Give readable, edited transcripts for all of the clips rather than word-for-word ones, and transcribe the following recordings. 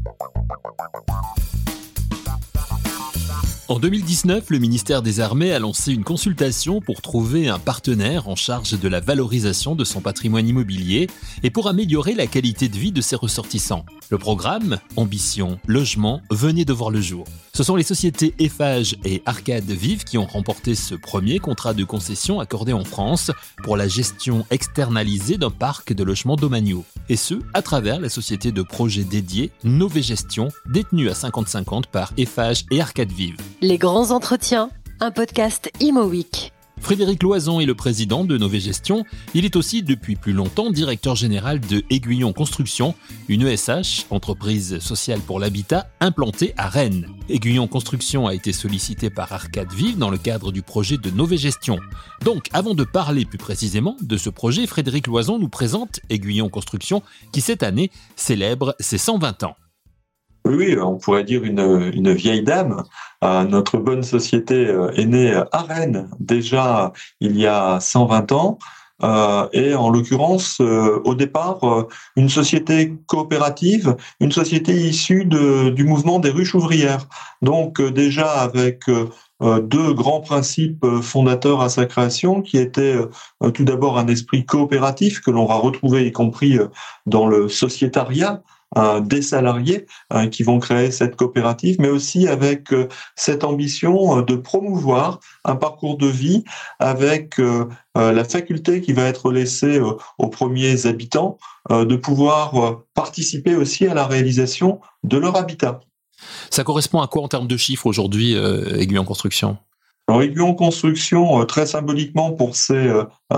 En 2019, le ministère des Armées a lancé une consultation pour trouver un partenaire en charge de la valorisation de son patrimoine immobilier et pour améliorer la qualité de vie de ses ressortissants. Le programme Ambition Logement venait de voir le jour. Ce sont les sociétés Eiffage et Arcade Vive qui ont remporté ce premier contrat de concession accordé en France pour la gestion externalisée d'un parc de logements domaniaux. Et ce, à travers la société de projet dédiée Novégestion, détenue à 50-50 par Eiffage et Arcade Vive. Les grands entretiens, un podcast Imo Week. Frédéric Loison est le président de Novégestion. Il est aussi depuis plus longtemps directeur général de Aiguillon Construction, une ESH, entreprise sociale pour l'habitat, implantée à Rennes. Aiguillon Construction a été sollicité par Arcade Vive dans le cadre du projet de Novégestion. Donc, avant de parler plus précisément de ce projet, Frédéric Loison nous présente Aiguillon Construction qui cette année célèbre ses 120 ans. Oui, on pourrait dire une vieille dame. Notre bonne société est née à Rennes, déjà il y a 120 ans. Et en l'occurrence, au départ, une société coopérative, une société issue du mouvement des ruches ouvrières. Donc déjà avec deux grands principes fondateurs à sa création, qui étaient tout d'abord un esprit coopératif que l'on va retrouver y compris dans le sociétariat, des salariés qui vont créer cette coopérative, mais aussi avec cette ambition de promouvoir un parcours de vie avec la faculté qui va être laissée aux premiers habitants de pouvoir participer aussi à la réalisation de leur habitat. Ça correspond à quoi en termes de chiffres aujourd'hui, Aiguillon Construction ? Alors, Aiguillon Construction, très symboliquement pour ses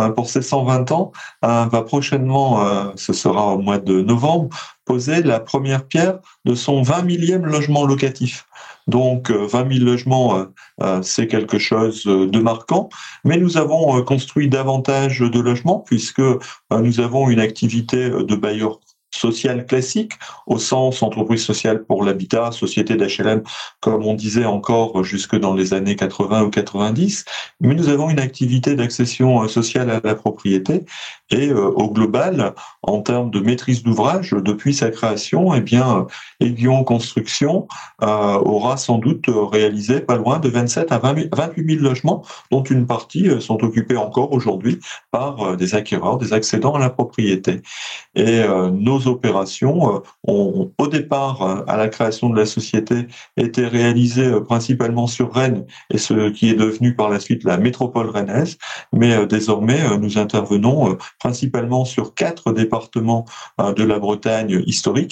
120 ans, va prochainement, ce sera au mois de novembre, poser la première pierre de son 20 millième logement locatif. Donc 20 000 logements, c'est quelque chose de marquant, mais nous avons construit davantage de logements puisque nous avons une activité de bailleur social classique, au sens entreprise sociale pour l'habitat, société d'HLM, comme on disait encore jusque dans les années 80 ou 90, mais nous avons une activité d'accession sociale à la propriété et au global, en termes de maîtrise d'ouvrage, depuis sa création, Aiguillon Construction aura sans doute réalisé pas loin de 27 à 28 000 logements, dont une partie sont occupés encore aujourd'hui par des acquéreurs, des accédants à la propriété. Et nos opérations ont, au départ, à la création de la société, été réalisées principalement sur Rennes et ce qui est devenu par la suite la métropole rennaise. Mais désormais, nous intervenons principalement sur 4 départements de la Bretagne historique,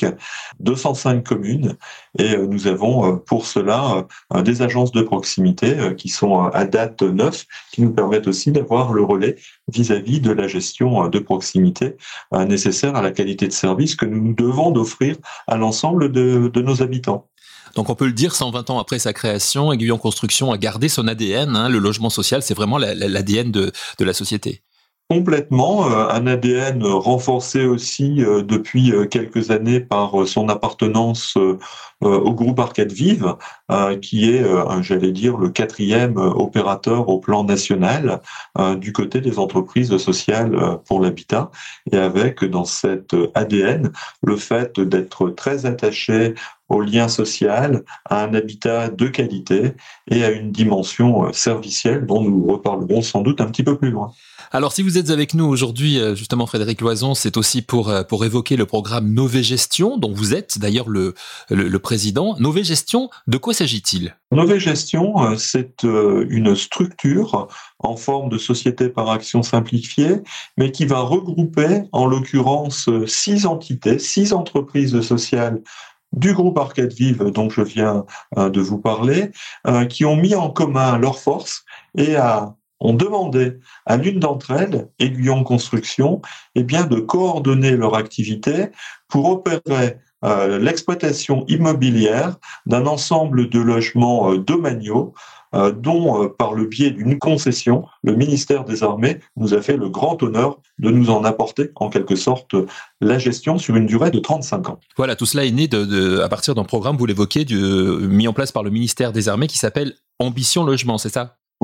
205 communes, et nous avons pour cela des agences de proximité qui sont à date 9, qui nous permettent aussi d'avoir le relais vis-à-vis de la gestion de proximité nécessaire à la qualité de service que nous devons d'offrir à l'ensemble de nos habitants. Donc on peut le dire, 120 ans après sa création, Aiguillon Construction a gardé son ADN. Le logement social, c'est vraiment l'ADN de la société. Complètement, un ADN renforcé aussi depuis quelques années par son appartenance au groupe Arcade Vive, qui est, j'allais dire, le 4e opérateur au plan national du côté des entreprises sociales pour l'habitat, et avec dans cet ADN le fait d'être très attaché au lien social, à un habitat de qualité et à une dimension servicielle dont nous reparlerons sans doute un petit peu plus loin. Alors, si vous êtes avec nous aujourd'hui, justement, Frédéric Loison, c'est aussi pour évoquer le programme Novégestion, dont vous êtes d'ailleurs le président. Novégestion, de quoi s'agit-il ? Novégestion, c'est une structure en forme de société par action simplifiée, mais qui va regrouper, en l'occurrence, 6 entités, 6 entreprises sociales du groupe Arcade Vive dont je viens de vous parler, qui ont mis en commun leurs forces et ont demandé à l'une d'entre elles, Aiguillon Construction, de coordonner leur activité pour opérer l'exploitation immobilière d'un ensemble de logements domaniaux dont, par le biais d'une concession, le ministère des Armées nous a fait le grand honneur de nous en apporter, en quelque sorte, la gestion sur une durée de 35 ans. Voilà, tout cela est né à partir d'un programme, vous l'évoquez, mis en place par le ministère des Armées qui s'appelle Ambition Logement, c'est ça ?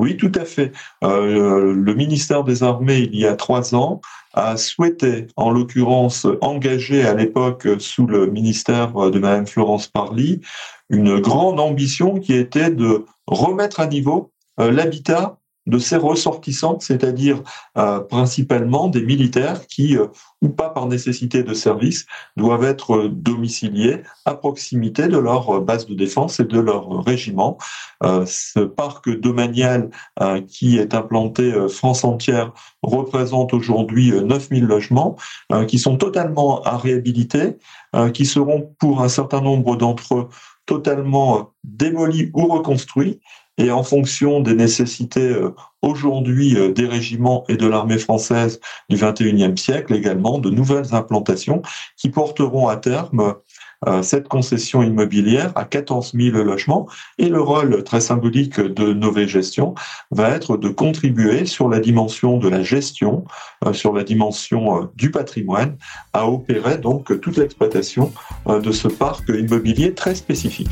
Oui, tout à fait. Le ministère des Armées, il y a 3 ans, a souhaité, en l'occurrence, engager à l'époque, sous le ministère de Madame Florence Parly, une grande ambition qui était de remettre à niveau l'habitat de ses ressortissants, c'est-à-dire principalement des militaires qui, ou pas par nécessité de service, doivent être domiciliés à proximité de leur base de défense et de leur régiment. Ce parc domanial qui est implanté France entière représente aujourd'hui 9000 logements qui sont totalement à réhabiliter, qui seront pour un certain nombre d'entre eux totalement démolis ou reconstruits, et en fonction des nécessités aujourd'hui des régiments et de l'armée française du XXIe siècle également, de nouvelles implantations qui porteront à terme cette concession immobilière à 14 000 logements. Et le rôle très symbolique de Novégestion va être de contribuer sur la dimension de la gestion, sur la dimension du patrimoine, à opérer donc toute l'exploitation de ce parc immobilier très spécifique.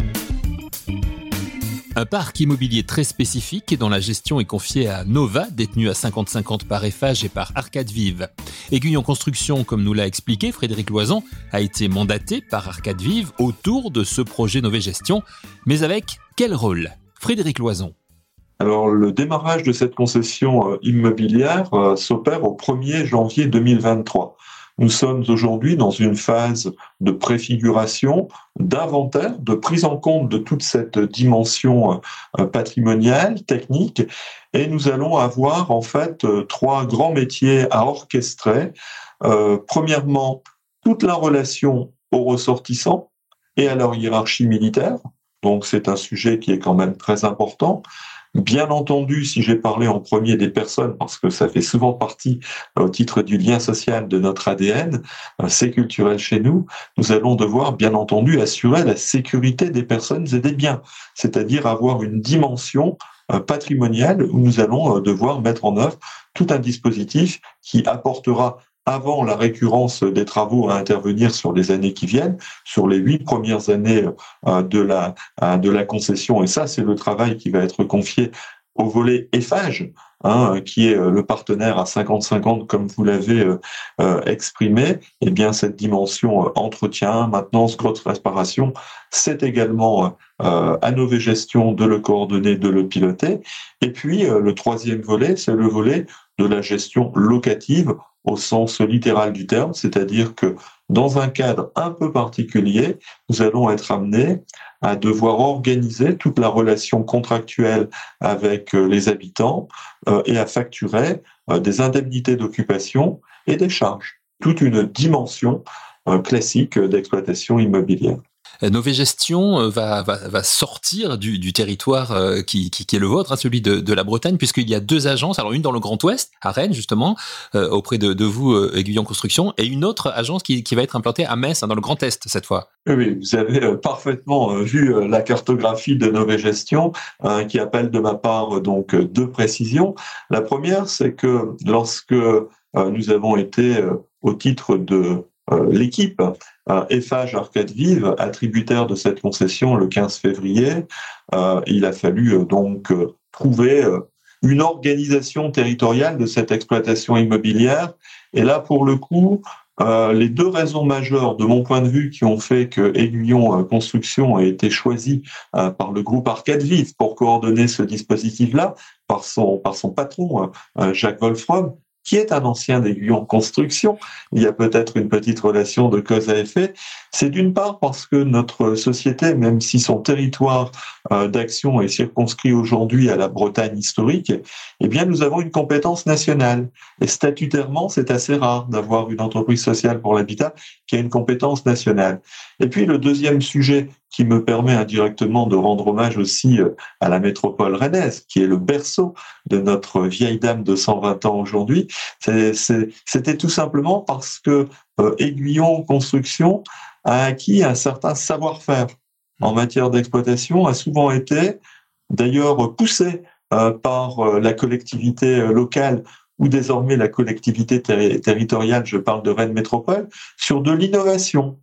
Un parc immobilier très spécifique dont la gestion est confiée à Nova, détenue à 50-50 par Eiffage et par Arcade Vive. Aiguillon Construction, comme nous l'a expliqué Frédéric Loison, a été mandaté par Arcade Vive autour de ce projet Novégestion. Mais avec quel rôle ? Frédéric Loison. Alors, le démarrage de cette concession immobilière s'opère au 1er janvier 2023. Nous sommes aujourd'hui dans une phase de préfiguration, d'inventaire, de prise en compte de toute cette dimension patrimoniale, technique, et nous allons avoir en fait 3 grands métiers à orchestrer. Premièrement, toute la relation aux ressortissants et à leur hiérarchie militaire, donc c'est un sujet qui est quand même très important. Bien entendu, si j'ai parlé en premier des personnes, parce que ça fait souvent partie au titre du lien social de notre ADN, c'est culturel chez nous, nous allons devoir bien entendu assurer la sécurité des personnes et des biens, c'est-à-dire avoir une dimension patrimoniale où nous allons devoir mettre en œuvre tout un dispositif qui apportera, avant la récurrence des travaux à intervenir sur les années qui viennent, sur les 8 premières années de la concession, et ça c'est le travail qui va être confié au volet Eiffage, qui est le partenaire à 50-50 comme vous l'avez exprimé. Eh bien cette dimension entretien, maintenance, grosse réparation, c'est également à Novégestion de le coordonner, de le piloter. Et puis le troisième volet, c'est le volet de la gestion locative au sens littéral du terme, c'est-à-dire que dans un cadre un peu particulier, nous allons être amenés à devoir organiser toute la relation contractuelle avec les habitants et à facturer des indemnités d'occupation et des charges. Toute une dimension classique d'exploitation immobilière. Novégestion va sortir du territoire qui est le vôtre, celui de la Bretagne, puisqu'il y a 2 agences, alors une dans le Grand Ouest, à Rennes justement, auprès de vous, Aiguillon Construction, et une autre agence qui va être implantée à Metz, dans le Grand Est cette fois. Oui, vous avez parfaitement vu la cartographie de Novégestion qui appelle de ma part donc 2 précisions. La première, c'est que lorsque nous avons été au titre de l'équipe Eiffage Arcade Vive, attributaire de cette concession le 15 février, il a fallu donc trouver une organisation territoriale de cette exploitation immobilière. Et là, pour le coup, les 2 raisons majeures, de mon point de vue, qui ont fait que Aiguillon Construction a été choisi par le groupe Arcade Vive pour coordonner ce dispositif-là, par son patron, Jacques Wolfram, qui est un ancien d'Aiguillon Construction. Il y a peut-être une petite relation de cause à effet. C'est d'une part parce que notre société, même si son territoire d'action est circonscrit aujourd'hui à la Bretagne historique, eh bien, nous avons une compétence nationale. Et statutairement, c'est assez rare d'avoir une entreprise sociale pour l'habitat qui a une compétence nationale. Et puis, le deuxième sujet qui me permet indirectement de rendre hommage aussi à la métropole rennaise, qui est le berceau de notre vieille dame de 120 ans aujourd'hui, c'était tout simplement parce que Aiguillon Construction a acquis un certain savoir-faire en matière d'exploitation, a souvent été d'ailleurs poussé par la collectivité locale ou désormais la collectivité territoriale, je parle de Rennes Métropole, sur de l'innovation,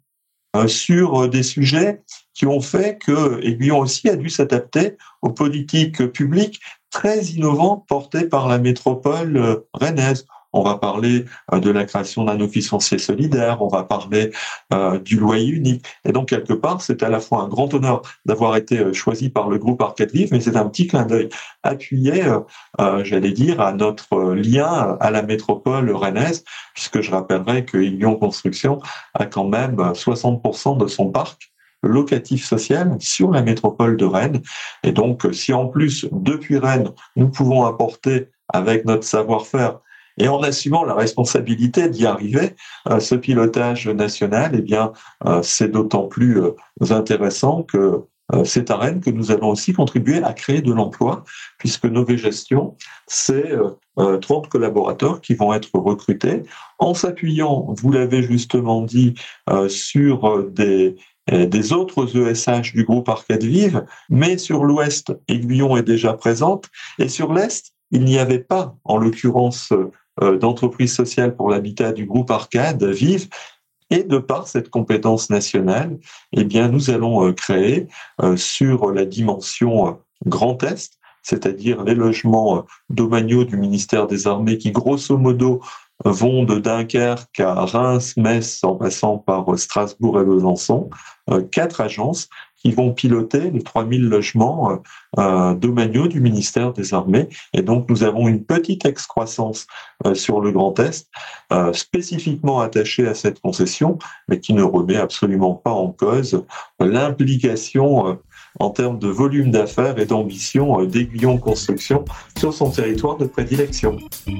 sur des sujets qui ont fait que Aiguillon aussi a dû s'adapter aux politiques publiques très innovantes portées par la métropole rennaise. On va parler de la création d'un office foncier solidaire, on va parler du loyer unique. Et donc, quelque part, c'est à la fois un grand honneur d'avoir été choisi par le groupe Arcade Vive, mais c'est un petit clin d'œil appuyé, j'allais dire, à notre lien à la métropole rennaise, puisque je rappellerai que Aiguillon Construction a quand même 60% de son parc locatif social sur la métropole de Rennes. Et donc, si en plus, depuis Rennes, nous pouvons apporter avec notre savoir-faire et en assumant la responsabilité d'y arriver, ce pilotage national, eh bien, c'est d'autant plus intéressant que c'est à Rennes que nous allons aussi contribuer à créer de l'emploi, puisque Novégestion, c'est 30 collaborateurs qui vont être recrutés en s'appuyant, vous l'avez justement dit, sur des autres ESH du groupe Arcade Vive, mais sur l'ouest, Aiguillon est déjà présente, et sur l'est, il n'y avait pas, en l'occurrence, d'entreprise sociale pour l'habitat du groupe Arcade Vive, et de par cette compétence nationale, eh bien, nous allons créer sur la dimension Grand Est, c'est-à-dire les logements domaniaux du ministère des Armées qui, grosso modo, vont de Dunkerque à Reims, Metz, en passant par Strasbourg et Besançon, 4 agences qui vont piloter les 3000 logements domaniaux du ministère des Armées. Et donc, nous avons une petite excroissance sur le Grand Est, spécifiquement attachée à cette concession, mais qui ne remet absolument pas en cause l'implication en termes de volume d'affaires et d'ambition d'Aiguillon Construction sur son territoire de prédilection.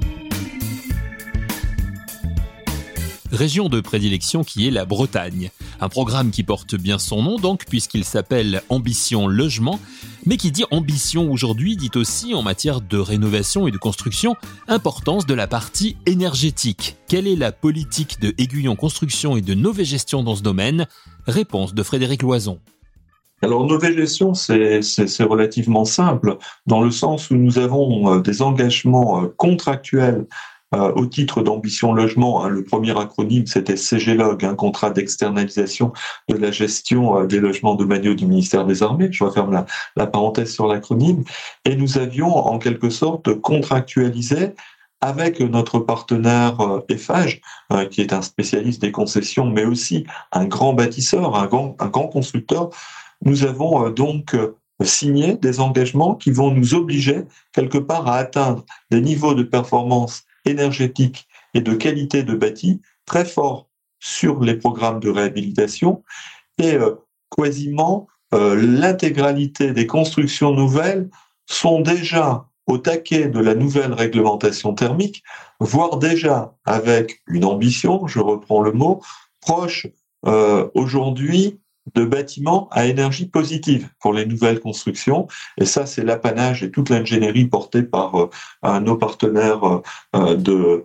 Région de prédilection qui est la Bretagne. Un programme qui porte bien son nom donc puisqu'il s'appelle Ambition Logement, mais qui dit ambition aujourd'hui dit aussi en matière de rénovation et de construction, importance de la partie énergétique. Quelle est la politique de Aiguillon Construction et de Novégestion dans ce domaine ? Réponse de Frédéric Loison. Alors, Novégestion, c'est relativement simple, dans le sens où nous avons des engagements contractuels au titre d'Ambition Logement. Le premier acronyme, c'était CGLOG, un contrat d'externalisation de la gestion des logements domaniaux du ministère des Armées. Je referme la parenthèse sur l'acronyme. Et nous avions, en quelque sorte, contractualisé avec notre partenaire Eiffage, qui est un spécialiste des concessions, mais aussi un grand bâtisseur, un grand constructeur. Nous avons donc signé des engagements qui vont nous obliger quelque part à atteindre des niveaux de performance énergétique et de qualité de bâti très forts sur les programmes de réhabilitation et quasiment l'intégralité des constructions nouvelles sont déjà au taquet de la nouvelle réglementation thermique, voire déjà avec une ambition, je reprends le mot, proche aujourd'hui de bâtiments à énergie positive pour les nouvelles constructions. Et ça, c'est l'apanage et toute l'ingénierie portée par nos partenaires de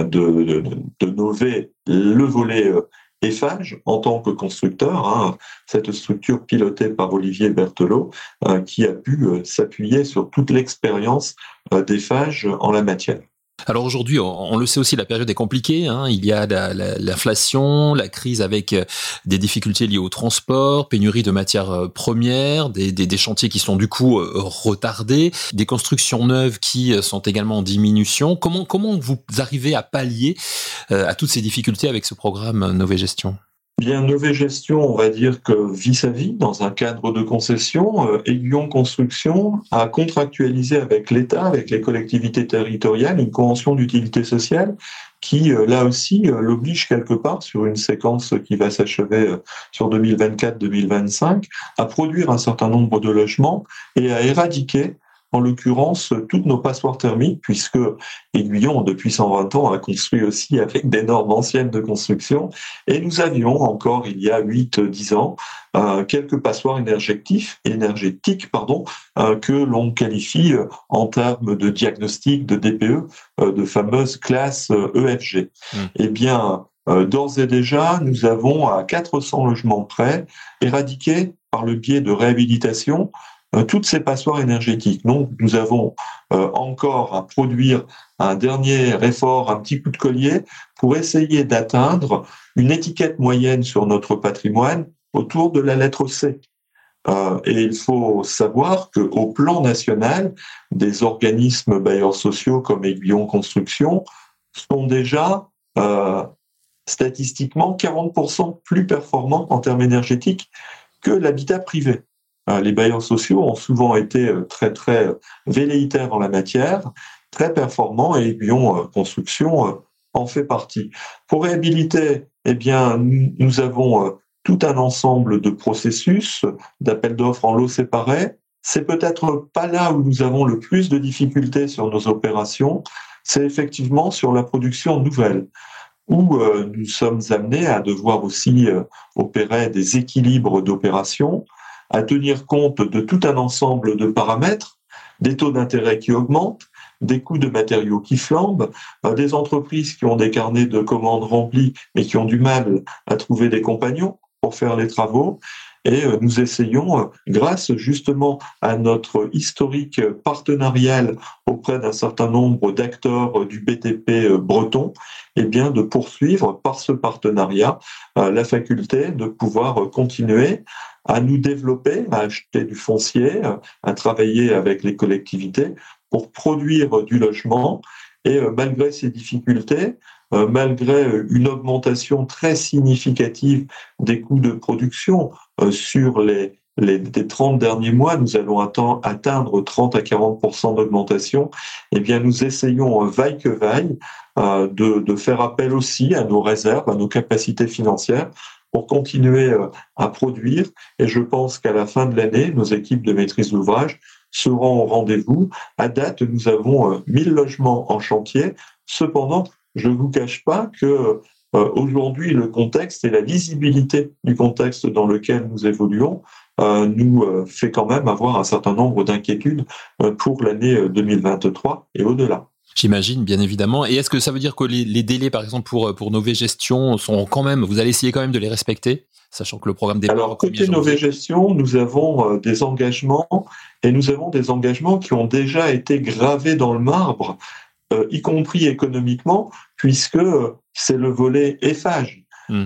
Nové, le volet Eiffage en tant que constructeur, cette structure pilotée par Olivier Berthelot qui a pu s'appuyer sur toute l'expérience d'Eiffage en la matière. Alors aujourd'hui, on le sait aussi, la période est compliquée. Il y a l'inflation, la crise avec des difficultés liées au transport, pénurie de matières premières, des chantiers qui sont du coup retardés, des constructions neuves qui sont également en diminution. Comment vous arrivez à pallier à toutes ces difficultés avec ce programme Novégestion ? Bien, Novégestion, on va dire que vis-à-vis, dans un cadre de concession, Aiguillon Construction a contractualisé avec l'État, avec les collectivités territoriales, une convention d'utilité sociale qui, là aussi, l'oblige quelque part, sur une séquence qui va s'achever sur 2024-2025, à produire un certain nombre de logements et à éradiquer en l'occurrence, toutes nos passoires thermiques, puisque Aiguillon, depuis 120 ans, a construit aussi avec des normes anciennes de construction, et nous avions encore, il y a 8-10 ans, quelques passoires énergétiques, que l'on qualifie en termes de diagnostic, de DPE, de fameuses classes EFG. Eh bien, d'ores et déjà, nous avons à 400 logements près éradiqué par le biais de réhabilitation toutes ces passoires énergétiques. Donc, nous avons encore à produire un dernier effort, un petit coup de collier, pour essayer d'atteindre une étiquette moyenne sur notre patrimoine autour de la lettre C. Et il faut savoir qu'au plan national, des organismes bailleurs sociaux comme Aiguillon Construction sont déjà statistiquement 40% plus performants en termes énergétiques que l'habitat privé. Les bailleurs sociaux ont souvent été très très velléitaires en la matière, très performants, et Aiguillon Construction en fait partie. Pour réhabiliter, eh bien, nous avons tout un ensemble de processus, d'appels d'offres en lots séparés. C'est peut-être pas là où nous avons le plus de difficultés sur nos opérations, c'est effectivement sur la production nouvelle, où nous sommes amenés à devoir aussi opérer des équilibres d'opérations, à tenir compte de tout un ensemble de paramètres, des taux d'intérêt qui augmentent, des coûts de matériaux qui flambent, des entreprises qui ont des carnets de commandes remplis mais qui ont du mal à trouver des compagnons pour faire les travaux. Et nous essayons, grâce justement à notre historique partenarial auprès d'un certain nombre d'acteurs du BTP breton, eh bien, de poursuivre par ce partenariat la faculté de pouvoir continuer à nous développer, à acheter du foncier, à travailler avec les collectivités pour produire du logement. Et malgré ces difficultés, malgré une augmentation très significative des coûts de production sur les 30 derniers mois, nous allons atteindre 30 à 40% d'augmentation, eh bien, nous essayons, vaille que vaille, de faire appel aussi à nos réserves, à nos capacités financières pour continuer à produire. Et je pense qu'à la fin de l'année, nos équipes de maîtrise d'ouvrage seront au rendez-vous. À date, nous avons 1000 logements en chantier. Cependant, je ne vous cache pas que aujourd'hui, le contexte et la lisibilité du contexte dans lequel nous évoluons nous fait quand même avoir un certain nombre d'inquiétudes pour l'année 2023 et au-delà. J'imagine, bien évidemment. Et est-ce que ça veut dire que les délais, par exemple, pour Novégestion, sont quand même, vous allez essayer quand même de les respecter, sachant que le programme démarre Alors, côté Novégestion, nous avons des engagements, et nous avons des engagements qui ont déjà été gravés dans le marbre, y compris économiquement, puisque c'est le volet Eiffage.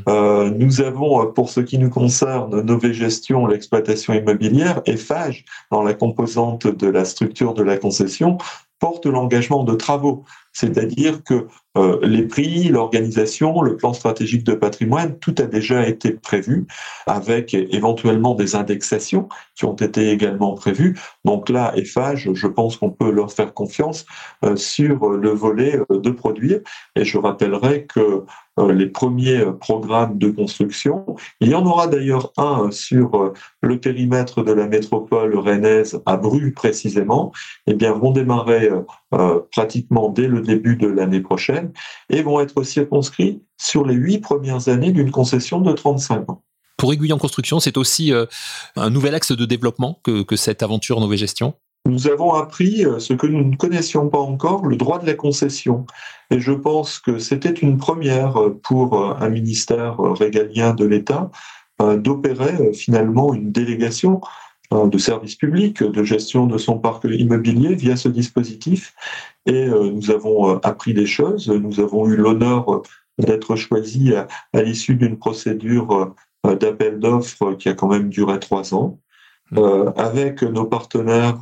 Nous avons, pour ce qui nous concerne, Novégestion, l'exploitation immobilière, Eiffage, dans la composante de la structure de la concession, porte l'engagement de travaux. C'est-à-dire que les prix, l'organisation, le plan stratégique de patrimoine, tout a déjà été prévu, avec éventuellement des indexations qui ont été également prévues. Donc là, Eiffage, je pense qu'on peut leur faire confiance sur le volet de produire. Et je rappellerai que les premiers programmes de construction, il y en aura d'ailleurs un sur le périmètre de la métropole rennaise à Bru précisément, eh bien vont démarrer pratiquement dès le début de l'année prochaine et vont être circonscrits sur les 8 premières années d'une concession de 35 ans. Pour Aiguillon Construction, c'est aussi un nouvel axe de développement que cette aventure Novégestion. Nous avons appris ce que nous ne connaissions pas encore, le droit de la concession. Et je pense que c'était une première pour un ministère régalien de l'État d'opérer finalement une délégation de service public, de gestion de son parc immobilier via ce dispositif. Et nous avons appris des choses. Nous avons eu l'honneur d'être choisis à l'issue d'une procédure d'appel d'offres qui a quand même duré 3 ans. Avec nos partenaires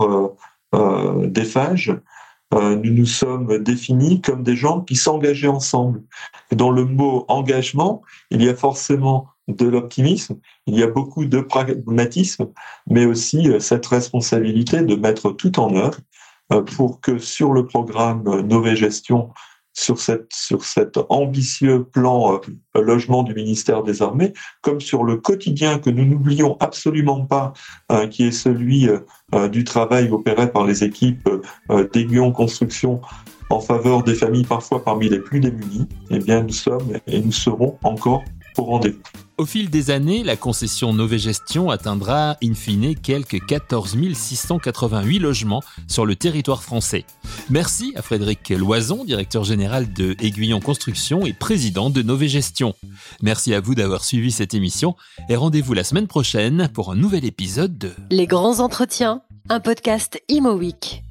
d'Eiffage, nous nous sommes définis comme des gens qui s'engageaient ensemble. Et dans le mot engagement, il y a forcément de l'optimisme, il y a beaucoup de pragmatisme, mais aussi cette responsabilité de mettre tout en œuvre pour que sur le programme Novégestion, sur cet ambitieux plan logement du ministère des Armées, comme sur le quotidien que nous n'oublions absolument pas, qui est celui du travail opéré par les équipes d'Aiguillon Construction en faveur des familles parfois parmi les plus démunies, eh bien nous sommes et nous serons encore au rendez-vous. Au fil des années, la concession Novégestion atteindra in fine quelques 14 688 logements sur le territoire français. Merci à Frédéric Loison, directeur général de Aiguillon Construction et président de Novégestion. Merci à vous d'avoir suivi cette émission et rendez-vous la semaine prochaine pour un nouvel épisode de Les grands entretiens, un podcast Imo Week.